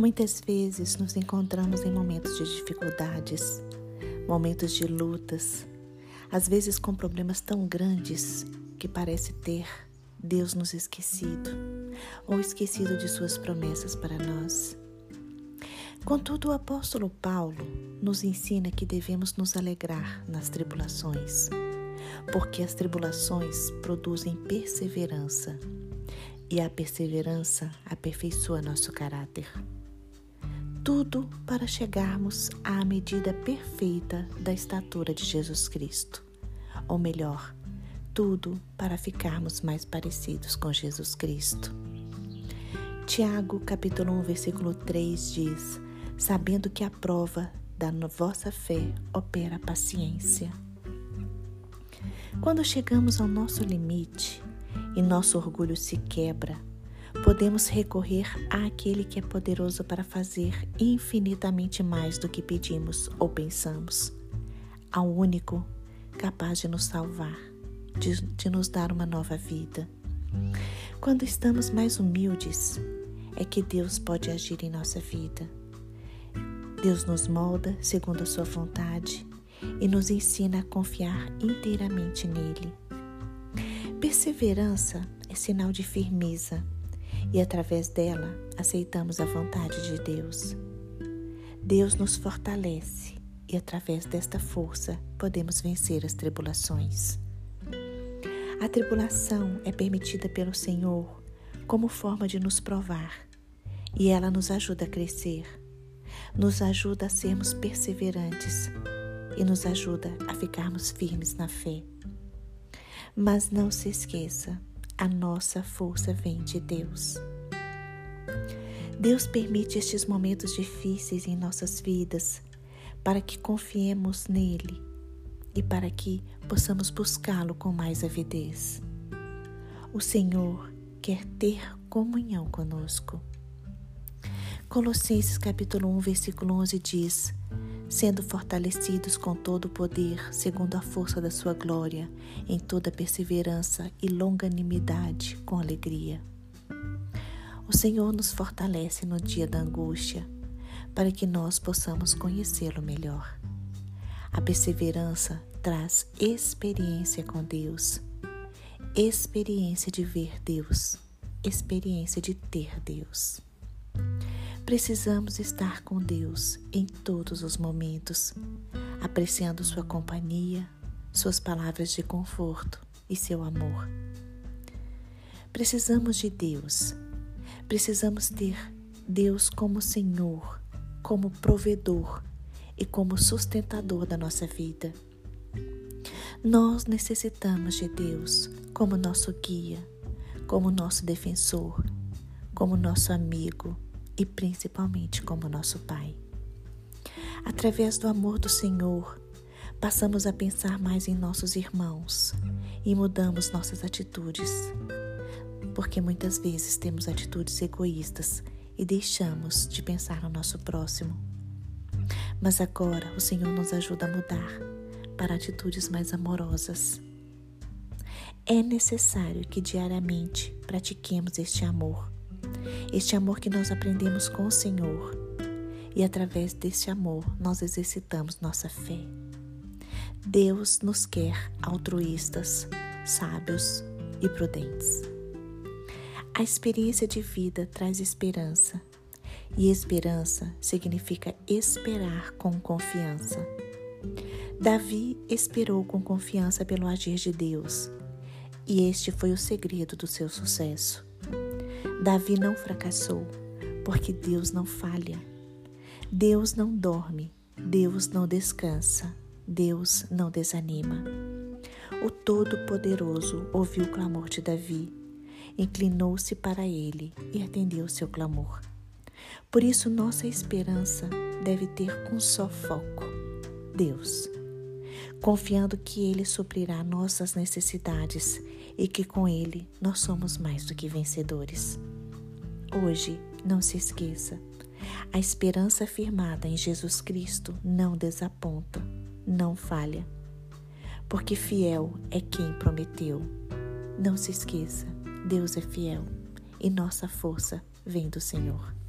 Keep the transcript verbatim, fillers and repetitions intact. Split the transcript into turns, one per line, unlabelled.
Muitas vezes nos encontramos em momentos de dificuldades, momentos de lutas, às vezes com problemas tão grandes que parece ter Deus nos esquecido ou esquecido de suas promessas para nós. Contudo, o apóstolo Paulo nos ensina que devemos nos alegrar nas tribulações, porque as tribulações produzem perseverança e a perseverança aperfeiçoa nosso caráter. Tudo para chegarmos à medida perfeita da estatura de Jesus Cristo, ou melhor, tudo para ficarmos mais parecidos com Jesus Cristo. Tiago, capítulo um, versículo três diz: sabendo que a prova da vossa fé opera a paciência. Quando chegamos ao nosso limite e nosso orgulho se quebra, podemos recorrer àquele que é poderoso para fazer infinitamente mais do que pedimos ou pensamos, ao único capaz de nos salvar, de, de nos dar uma nova vida. Quando estamos mais humildes, é que Deus pode agir em nossa vida. Deus nos molda segundo a sua vontade e nos ensina a confiar inteiramente nele. Perseverança é sinal de firmeza e através dela aceitamos a vontade de Deus. Deus nos fortalece e através desta força podemos vencer as tribulações. A tribulação é permitida pelo Senhor como forma de nos provar e ela nos ajuda a crescer, nos ajuda a sermos perseverantes e nos ajuda a ficarmos firmes na fé. Mas não se esqueça, a nossa força vem de Deus. Deus permite estes momentos difíceis em nossas vidas para que confiemos nele e para que possamos buscá-lo com mais avidez. O Senhor quer ter comunhão conosco. Colossenses capítulo um, versículo onze diz: sendo fortalecidos com todo o poder, segundo a força da sua glória, em toda perseverança e longanimidade, com alegria. O Senhor nos fortalece no dia da angústia, para que nós possamos conhecê-lo melhor. A perseverança traz experiência com Deus, experiência de ver Deus, experiência de ter Deus. Precisamos estar com Deus em todos os momentos, apreciando sua companhia, suas palavras de conforto e seu amor. Precisamos de Deus, precisamos ter Deus como Senhor, como provedor e como sustentador da nossa vida. Nós necessitamos de Deus como nosso guia, como nosso defensor, como nosso amigo, e principalmente como nosso Pai. Através do amor do Senhor, passamos a pensar mais em nossos irmãos e mudamos nossas atitudes, porque muitas vezes temos atitudes egoístas e deixamos de pensar no nosso próximo. Mas agora o Senhor nos ajuda a mudar para atitudes mais amorosas. É necessário que diariamente pratiquemos este amor, este amor que nós aprendemos com o Senhor, e através deste amor nós exercitamos nossa fé. Deus nos quer altruístas, sábios e prudentes. A experiência de vida traz esperança, e esperança significa esperar com confiança. Davi esperou com confiança pelo agir de Deus, e este foi o segredo do seu sucesso. Davi não fracassou, porque Deus não falha. Deus não dorme, Deus não descansa, Deus não desanima. O Todo-Poderoso ouviu o clamor de Davi, inclinou-se para ele e atendeu o seu clamor. Por isso, nossa esperança deve ter um só foco: Deus, confiando que Ele suprirá nossas necessidades e que com Ele nós somos mais do que vencedores. Hoje, não se esqueça, a esperança firmada em Jesus Cristo não desaponta, não falha, porque fiel é quem prometeu. Não se esqueça, Deus é fiel e nossa força vem do Senhor.